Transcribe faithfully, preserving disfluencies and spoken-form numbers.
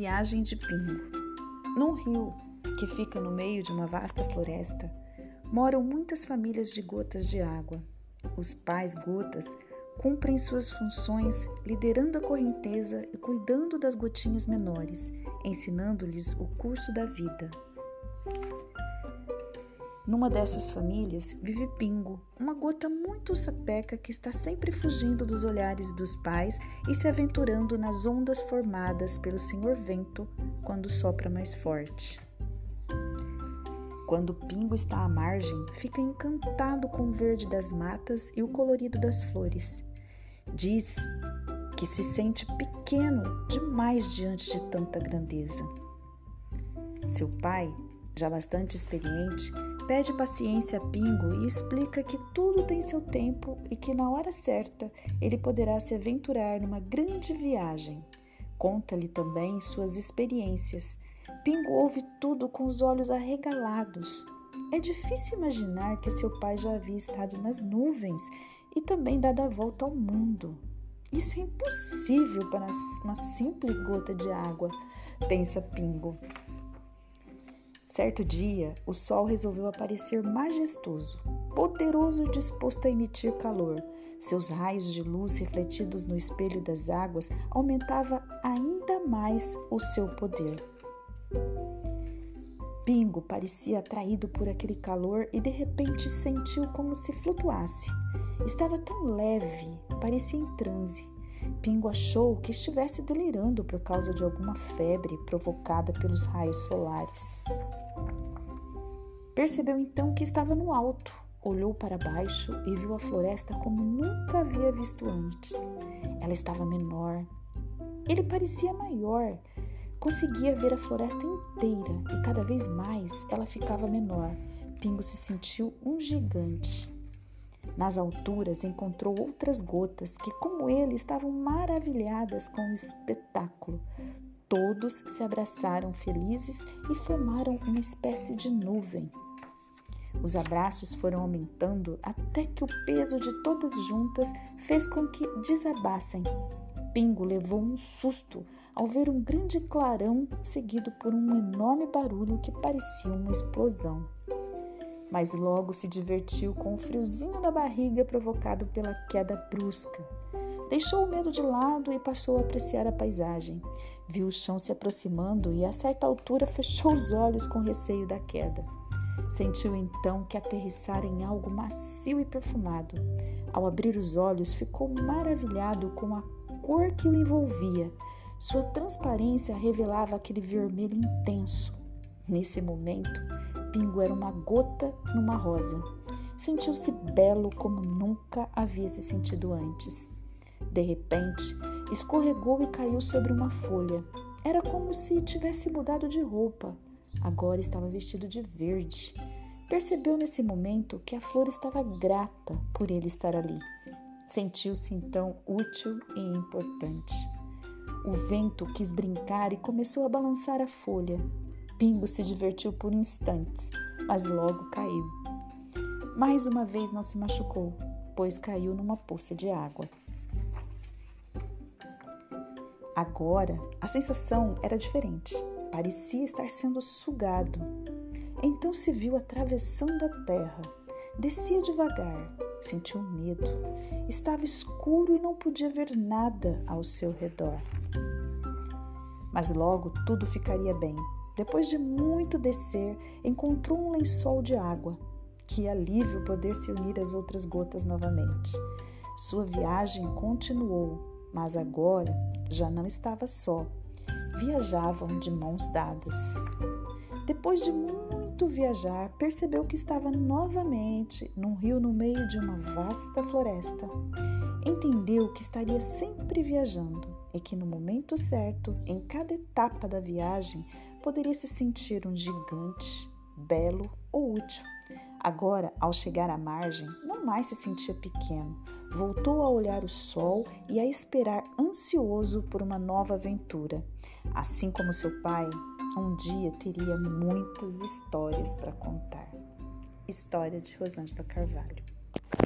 viagem de Pingo. Num rio que fica no meio de uma vasta floresta, moram muitas famílias de gotas de água. Os pais gotas cumprem suas funções liderando a correnteza e cuidando das gotinhas menores, ensinando-lhes o curso da vida. Numa dessas famílias vive Pingo, uma gota muito sapeca que está sempre fugindo dos olhares dos pais e se aventurando nas ondas formadas pelo Senhor Vento quando sopra mais forte. Quando Pingo está à margem, fica encantado com o verde das matas e o colorido das flores. Diz que se sente pequeno demais diante de tanta grandeza. Seu pai, já bastante experiente, pede paciência a Pingo e explica que tudo tem seu tempo e que na hora certa ele poderá se aventurar numa grande viagem. Conta-lhe também suas experiências. Pingo ouve tudo com os olhos arregalados. É difícil imaginar que seu pai já havia estado nas nuvens e também dado a volta ao mundo. Isso é impossível para uma simples gota de água, pensa Pingo. Certo dia, o sol resolveu aparecer majestoso, poderoso e disposto a emitir calor. Seus raios de luz refletidos no espelho das águas aumentavam ainda mais o seu poder. Pingo parecia atraído por aquele calor e de repente sentiu como se flutuasse. Estava tão leve, parecia em transe. Pingo achou que estivesse delirando por causa de alguma febre provocada pelos raios solares. Percebeu então que estava no alto, olhou para baixo e viu a floresta como nunca havia visto antes. Ela estava menor. Ele parecia maior. Conseguia ver a floresta inteira e cada vez mais ela ficava menor. Pingo se sentiu um gigante. Nas alturas encontrou outras gotas que, como ele, estavam maravilhadas com o espetáculo. Todos se abraçaram felizes e formaram uma espécie de nuvem. Os abraços foram aumentando até que o peso de todas juntas fez com que desabassem. Pingo levou um susto ao ver um grande clarão seguido por um enorme barulho que parecia uma explosão. Mas logo se divertiu com o friozinho na barriga provocado pela queda brusca. Deixou o medo de lado e passou a apreciar a paisagem. Viu o chão se aproximando e a certa altura fechou os olhos com receio da queda. Sentiu então que aterrissara em algo macio e perfumado. Ao abrir os olhos, ficou maravilhado com a cor que o envolvia. Sua transparência revelava aquele vermelho intenso. Nesse momento, Pingo era uma gota numa rosa. Sentiu-se belo como nunca havia se sentido antes. De repente, escorregou e caiu sobre uma folha. Era como se tivesse mudado de roupa. Agora estava vestido de verde. Percebeu nesse momento que a flor estava grata por ele estar ali. Sentiu-se então útil e importante. O vento quis brincar e começou a balançar a folha. Pingo se divertiu por instantes, mas logo caiu. Mais uma vez não se machucou, pois caiu numa poça de água. Agora, a sensação era diferente. Parecia estar sendo sugado. Então se viu atravessando a terra. Descia devagar. Sentiu medo. Estava escuro e não podia ver nada ao seu redor. Mas logo tudo ficaria bem. Depois de muito descer, encontrou um lençol de água. Que alívio poder se unir às outras gotas novamente. Sua viagem continuou, mas agora já não estava só. Viajavam de mãos dadas. Depois de muito viajar, percebeu que estava novamente num rio no meio de uma vasta floresta. Entendeu que estaria sempre viajando e que no momento certo, em cada etapa da viagem, poderia se sentir um gigante, belo ou útil. Agora, ao chegar à margem, não mais se sentia pequeno. Voltou a olhar o sol e a esperar ansioso por uma nova aventura. Assim como seu pai, um dia teria muitas histórias para contar. História de Rosângela Carvalho.